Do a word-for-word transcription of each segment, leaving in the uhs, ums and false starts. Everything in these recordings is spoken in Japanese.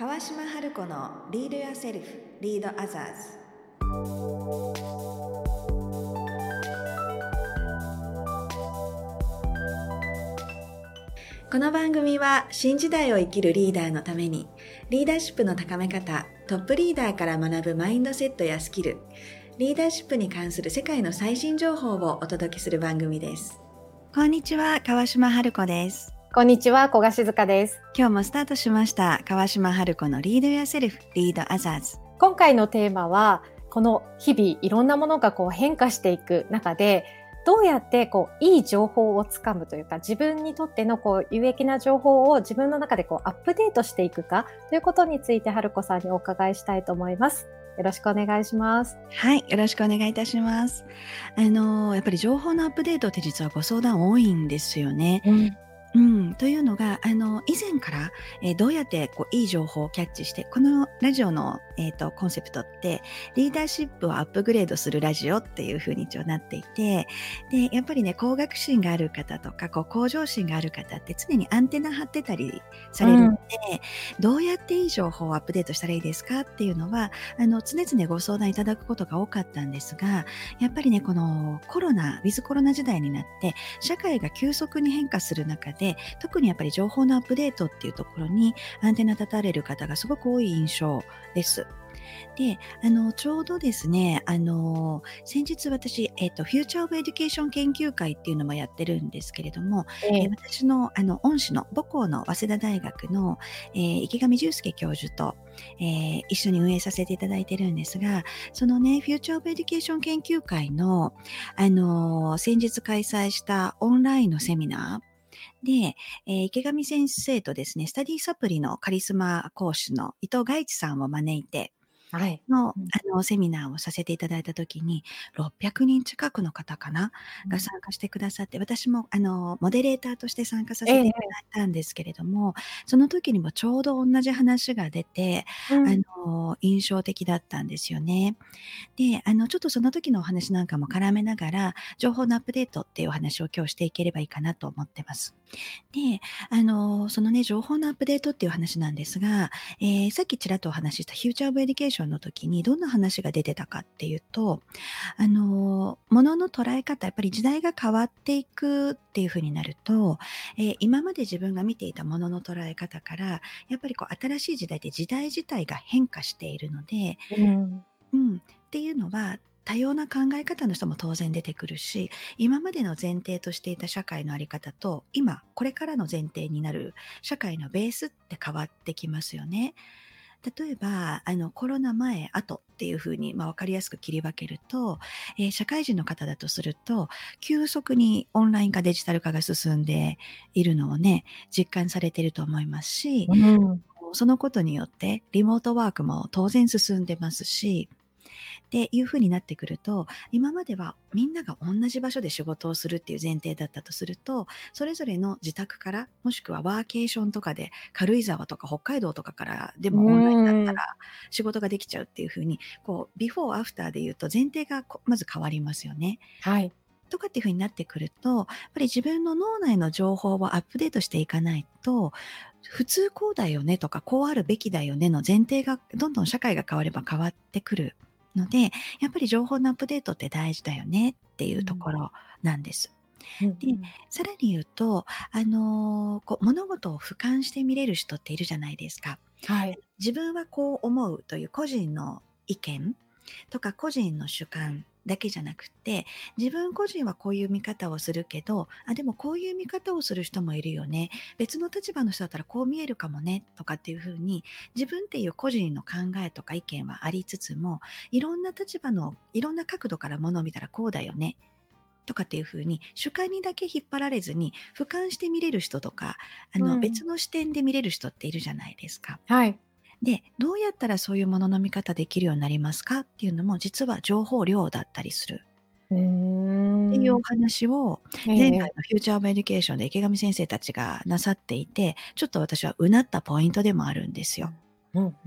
川島春子の Lead Yourself, Lead Others。 この番組は新時代を生きるリーダーのために、リーダーシップの高め方、トップリーダーから学ぶマインドセットやスキル、リーダーシップに関する世界の最新情報をお届けする番組です。こんにちは、川島春子です。 こんにちは、古賀静香です。 今日もスタートしました川島春子の Lead Yourself, Lead Others。 今回のテーマは、この日々いろんなものがこう変化していく中で、どうやってこういい情報をつかむというか、自分にとってのこう有益な情報を自分の中でこうアップデートしていくかということについて、春子さんにお伺いしたいと思います。よろしくお願いします。 はい、よろしくお願いいたします。あのやっぱり情報のアップデートって実はご相談多いんですよね。 うんうん、というのが、あの、以前から、えーどうやってこういい情報をキャッチして、このラジオの、えーと、コンセプトって、リーダーシップをアップグレードするラジオっていう風に一応なっていて、で、やっぱりね、高学心がある方とか、こう向上心がある方って常にアンテナ張ってたりされるので、どうやっていい情報をアップデートしたらいいですかっていうのは、あの、常々ご相談いただくことが多かったんですが、やっぱりね、このコロナ、ウィズコロナ時代になって、社会が急速に変化する中で、特にやっぱり情報のアップデートっていうところにアンテナ立たれる方がすごく多い印象です。で、あの、ちょうどですね、あの、先日私、えっと、フューチャーオブエデュケーション研究会っていうのもやってるんですけれども、 えええー私の、あの、恩師の母校の早稲田大学の、えー池上重介教授と、えー一緒に運営させていただいてるんですが、そのね、フューチャーオブエデュケーション研究会の、あの、先日開催したオンラインのセミナー、で、えー池上先生とですね、スタディサプリのカリスマ講師の伊藤外地さんを招いてはいの、 うんあの、セミナーをさせていただいたときに、ろっぴゃくにん近くの方かな、が参加してくださって、私も、あの、モデレーターとして参加さええせていただいたんですけれども、その時にもちょうど同じ話が出て、あうんの、印象的だったんですよね。で、あの、ちょっとその時のお話なんかも絡めながら、情報のアップデートっていうお話を今日していければいいかなと思ってます。で、あの、そのね、情報のアップデートっていう話なんですが、えーさっきちらっとお話ししたフューチャーオブエデュケーションの時にどんな話が出てたかっていうと、あの、ものの捉え方、やっぱり時代が変わっていくっていう風になると、えー今まで自分が見ていたものの捉え方から、やっぱりこう新しい時代で時代自体が変化しているので、 うんうん、っていうのは、多様な考え方の人も当然出てくるし、今までの前提としていた社会のあり方と、今、これからの前提になる社会のベースって変わってきますよね。例えば、あの、コロナ前、後っていうふうに、まあ、わかりやすく切り分けると、えー社会人の方だとすると、急速にオンライン化、デジタル化が進んでいるのをね、実感されていると思いますし、 うんそのことによってリモートワークも当然進んでますし、っていう風になってくると、今まではみんなが同じ場所で仕事をするっていう前提だったとすると、それぞれの自宅から、もしくはワーケーションとかで軽井沢とか北海道とかからでもオンラインだったら仕事ができちゃうっていう風に、こうビフォーアフターで言うと前提がこまず変わりますよね。 はいとかっていう風になってくると、やっぱり自分の脳内の情報をアップデートしていかないと、普通こうだよねとか、こうあるべきだよねの前提がどんどん社会が変われば変わってくるので、やっぱり情報のアップデートって大事だよねっていうところなんです。 うんで、さらに言うと、あの、こう物事を俯瞰して見れる人っているじゃないですか。 はい自分はこう思うという個人の意見とか個人の主観だけじゃなくて、自分個人はこういう見方をするけど、あ、でもこういう見方をする人もいるよね。別の立場の人だったらこう見えるかもね、とかっていうふうに、自分っていう個人の考えとか意見はありつつも、いろんな立場の、いろんな角度からものを見たらこうだよね。とかっていうふうに主観にだけ引っ張られずに俯瞰して見れる人とか、あの、 うん別の視点で見れる人っているじゃないですか。 はいで、どうやったらそういうものの見方できるようになりますかっていうのも、実は情報量だったりするうーっていうおん話を、 え前回えのフューチャーオブエデュケーションで池上先生たちがなさっていて、ちょっと私はうなったポイントでもあるんですよ。 うんうん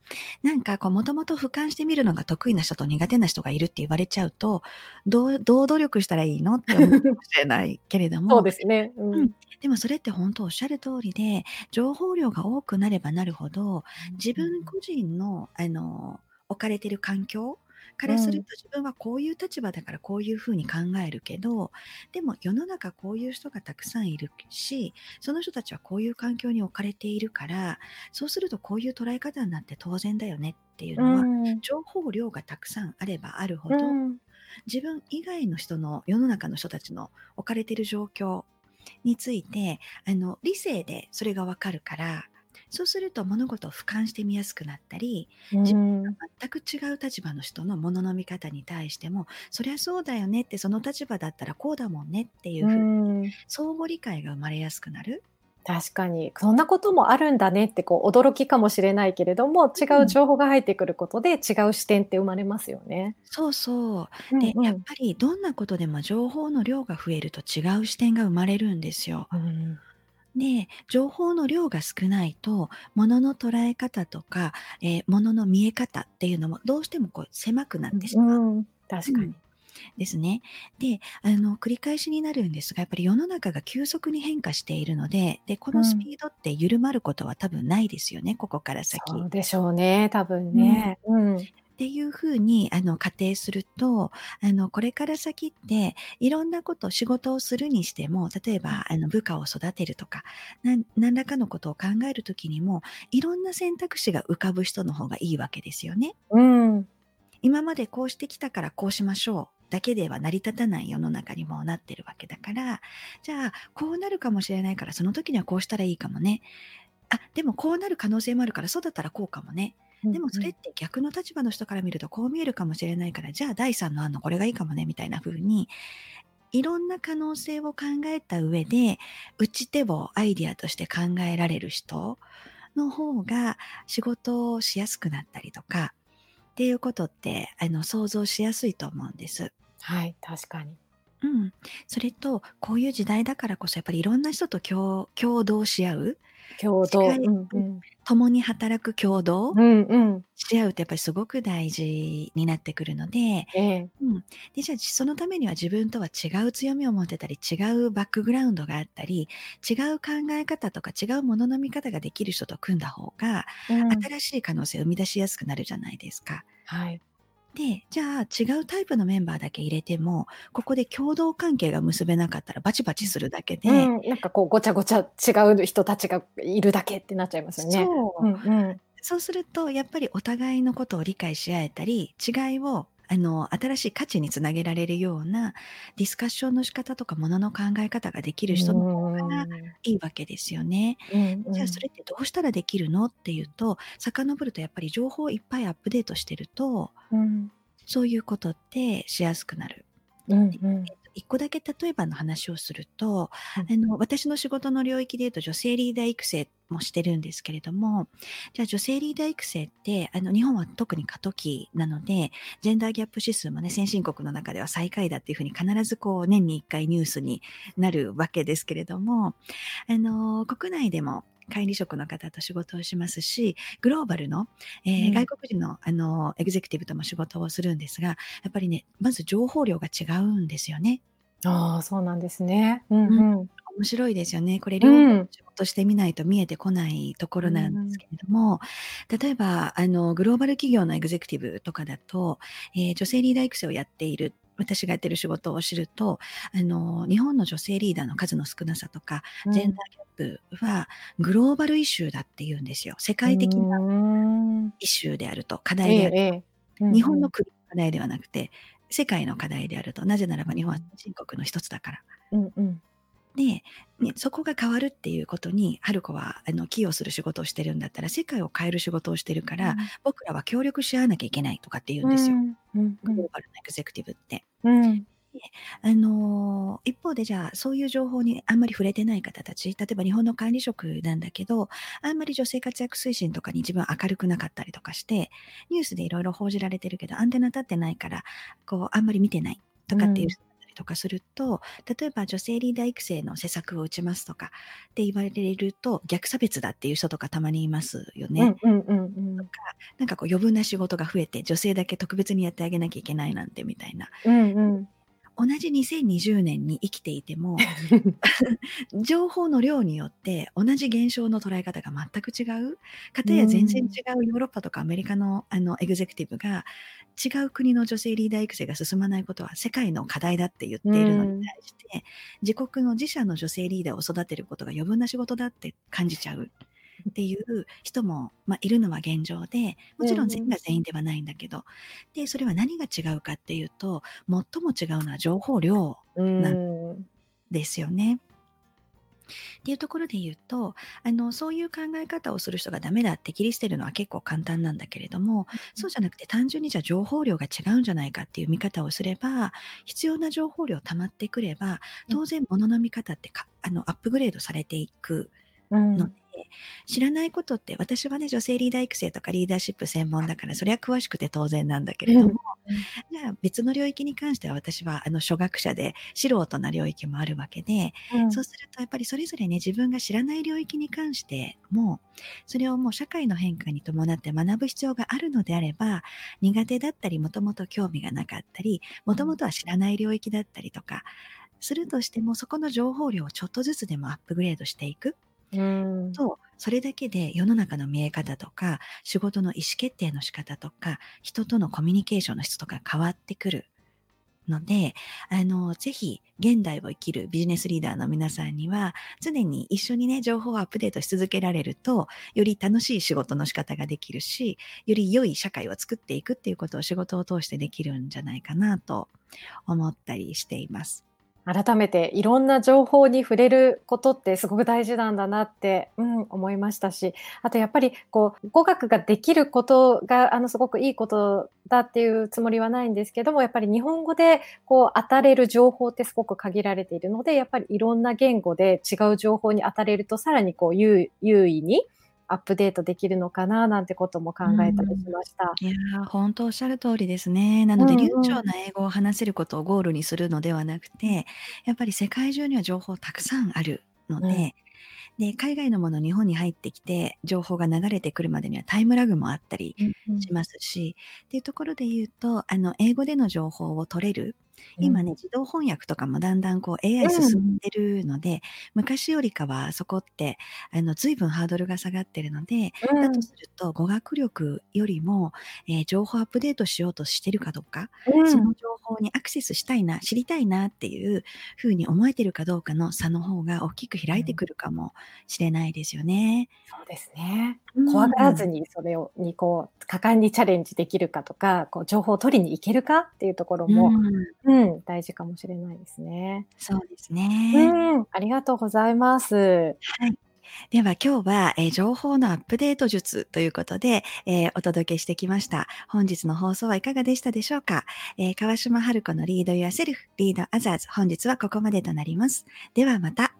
なんかこう、もともと俯瞰してみるのが得意な人と苦手な人がいるって言われちゃうと、どうどう努力したらいいのって思うかもしれないけれどそうも、 ですね。ううん、 ん。 でもそれって本当おっしゃる通りで、情報量が多くなればなるほど、自うん分個人の、あの、置かれてる環境かうん。 らすると、 うん。 自分はこういう立場だからこういう風に考えるけど、でも世の中こういう人がたくさんいるし、その人たちはこういう環境に置かれているから、そうするとこういう捉え方になって当然だよねっていううのは、 ん。 情報量がたくさんあればあるほど、 うん。 自分以外の人の世の中の人たちの置かれている状況について、あの、理性でそれがわかるから、そうすると物事を俯瞰して見やすくなったり、 う自分ん。 が全く違う立場の人のものの見方に対しても、そりゃそうだよねって、その立場だったらこうだもんねっていううふうに、 ん。 相互理解が生まれやすくなる。 確かに。そんなこともあるんだねってこう驚きかもしれないけれども、違ううん。 情報が入ってくることで違う視点って生まれますよね。 そうそう。で、 うんうん。 やっぱりどんなことでも情報の量が増えると違う視点が生まれるんですよ。 うん。 で、情報の量が少ないと、物の捉え方とか、えー物の見え方っていうのもどうしてもこう狭くなってしまう。 うんうん。確かに。 うん。ですね。で、あの、繰り返しになるんですが、やっぱり世の中が急速に変化しているので、で、このスうん。 ピードって緩まることは多分ないですよね、ここから先。 そうでしょうね、多分うん。 ね。うん。 っていう風に、あの、仮定すると、あの、これから先って、いろんなこと、仕事をするにしても、例えば、あの、部下を育てるとか、なん何らかのことを考える時にも、いろんな選択肢が浮かぶ人の方がいいわけですよね。 うん。 今までこうしてきたからこうしましょうだけでは成り立たない世の中にもなってるわけだから、じゃあ、こうなるかもしれないから、その時にはこうしたらいいかもね。あ、でもこうなる可能性もあるから、そうだったらこうかもね。でもそれっうんうん。 て逆の立場の人から見るとこう見えるかもしれないから、じゃあ第三の案のこれがいいかもねみたいな風に、いろんな可能性を考えた上で、打ち手をアイディアとして考えられる人の方が仕事をしやすくなったりとかっていうことって、あの、想像しやすいと思うんです。 はい、確かに。 うん。それと、こういう時代だからこそやっぱりいろんな人と共共同し合う、 共同。 違いうんうん。 共に働く共同うんうん。 し合うってやっぱりすごく大事になってくるので、 ええ。 うん。で、じゃあ、そのためには自分とは違う強みを持ってたり、違うバックグラウンドがあったり、違う考え方とか違うものの見方ができる人と組んだ方が、 うん。 新しい可能性を生み出しやすくなるじゃないですか。 はい。 で、じゃあ違うタイプのメンバーだけ入れても、ここで共同関係が結べなかったらバチバチするだけで、 うん、なんかこうごちゃごちゃ違う人たちがいるだけってなっちゃいますよね。 そう。 うんうん。 そうするとやっぱりお互いのことを理解し合えたり、違いをあの、新しい価値につなげられるようなディスカッションの仕方とかものの考え方ができうーる人の方がん。 いいわけですよね。 うんうじゃあそん。 れってどうしたらできるのっていうと、遡るとやっぱり情報をいっぱいアップデートしてると、 うん。 そういうことってしやすくなる。で、 うんうん。 えっと、いっこだけ例えばの話をすると、 うん。 あの、私の仕事の領域で言うと女性リーダー育成もしてるんですけれども、じゃあ女性リーダー育成って、あの、日本は特に過渡期なので、ジェンダーギャップ指数もね、先進国の中では最下位だっていうふうに必ずこう年にいっかいニュースになるわけですけれども、あの、国内でも管理職の方と仕事をしますし、グローバルの、えー外うん。 国人の、あの、エグゼクティブとも仕事をするんですが、やっぱりね、まず情報量が違うんですよね。 ああ、そうなんですね。うんうん、 うん。 面白いですよね。これう両方のん。 仕事してみないと見えてこないとこうろなんですん。 けれども、例えば、あの、グローバル企業のエグゼクティブとかだと、えー女性リーダー育成をやっている私がやってる仕事を知ると、あの、日本の女性リーダーの数の少なさとか、ジェンダうん。 ーギャップはグローバルイシューだって言うんですよ。世うー界的なん。 イシューであると、課ええ題であると。 ええ。うん日本うん。 の国の課題ではなくて、世界の課題であると。なぜならば日本は先うん。 進国の一つだから。 うんうん。 で、ね、そこが変わるっていうことに、春子はあの寄与する仕事をしてるんだったら、世界を変える仕事をしてるから、 うん。 僕らは協力し合わなきゃいけないとかって言うんですよ。 うん。うんうグロん。 ーバルなエグゼクティブって。 うん。 で、あの、一方でじゃあ、そういう情報にあんまり触れてない方たち、例えば日本の管理職なんだけど、あんまり女性活躍推進とかに自分明るくなかったりとかして、ニュースでいろいろ報じられてるけど、アンテナ立ってないから、こう、あんまり見てないとかっていううん。 人だったりとかすると、例えば女性リーダー育成の施策を打ちますとかって言われると、逆差別だっていう人とかたまにいますようね。 んうんうんうん。 なんかこう余分な仕事が増えて、女性だけ特別にやってあげなきゃいけないなんてみたいな。 うんうん。 同じにせんにじゅうねんに生きていても、情報の量によって同じ現象の捉え方が全く違う。かうたや全然違ん。 うヨーロッパとかアメリカのあのエグゼクティブが、違う国の女性リーダー育成が進まないことは世界の課題だって言っうているのにん。 対して、自国の自社の女性リーダーを育てることが余分な仕事だって感じちゃうっていう人も、まあ、いるのは現状で、もちろん全員が全員ではないんだけど、で、それは何が違うかっていうと、最も違うのは情報量うなんん。 ですよね。っていうところで言うと、あの、そういう考え方をする人がダメだって切り捨てるのは結構簡単なんだけれども、そうじゃなくて単純にじゃあ情報量が違うんじゃないかっていう見方をすれば、必要な情報量溜まってくれば、当然物の見方ってかあのアップグレードされていくので、 うん。 知らないことって、私はね、女性リーダー育成とかリーダーシップ専門だから、それは詳しくて当然なんだけれども、じゃあ別の領域に関しては私はあの初学者で素人な領域もあるわけで、 うん。 そうするとやっぱりそれぞれね、自分が知らない領域に関しても、それをもう社会の変化に伴って学ぶ必要があるのであれば、苦手だったり、もともと興味がなかったり、もともとは知らない領域だったりとか、するとしても、そこの情報量をちょっとずつでもアップグレードしていく。 うん。 と、それだけで世の中の見え方とか、仕事の意思決定の仕方とか、人とのコミュニケーションの質とか変わってくるので、あの、ぜひ現代を生きるビジネスリーダーの皆さんには、常に一緒にね、情報をアップデートし続けられると、より楽しい仕事の仕方ができるし、より良い社会を作っていくっていうことを仕事を通してできるんじゃないかなと思ったりしています。 改めていろんな情報に触れることってすごく大事なんだなって、うん、思いましたし、あとやっぱりこう語学ができることがあのすごくいいことだっていうつもりはないんですけども、やっぱり日本語でこう当たれる情報ってすごく限られているので、やっぱりいろんな言語で違う情報に当たれるとさらにこう優優位にアップデートできるのかななんてことも考うえたりしん。 ました。 いやー、ほんとおっしゃる通りですね。なうので、流んうん。 暢な英語を話せることをゴールにするのではなくて、やっぱり世界中には情報たくさんあるのうん。 で、で、海外のもの日本に入ってきて、情報が流れてくるまでにはタイムラグもあったりうんうん。 しますし、っていうところで言うと、あの、英語での情報を取れる、今ね、 うん。 自動翻訳とかもだんだんこう エーアイうん。 進んでるので、昔よりかはそこって、あの、随分ハードルが下がってるので、だとうん。 すると語学力よりも、えー情報アップデートしようとしてるかどうか、そうん。 の情報にアクセスしたいな、知りたいなっていう風に思えてるかどうかの差の方が大きく開いてくるかもしれないですよね。 そうですね。 う怖がらん。 ずにそれをにこう果敢にチャレンジできるかとか、こう情報を取りに行けるかっていうところうも、 ん。 うん、大事かもしれないですね。 そうですね。 うん、ありがとうございます。 はい。では今日は、え、情報のアップデート術ということで、え、お届けしてきました。本日の放送はいかがでしたでしょうか？え、川島春子のリードユアセルフ、リードアザーズ、本日はここまでとなります。ではまた。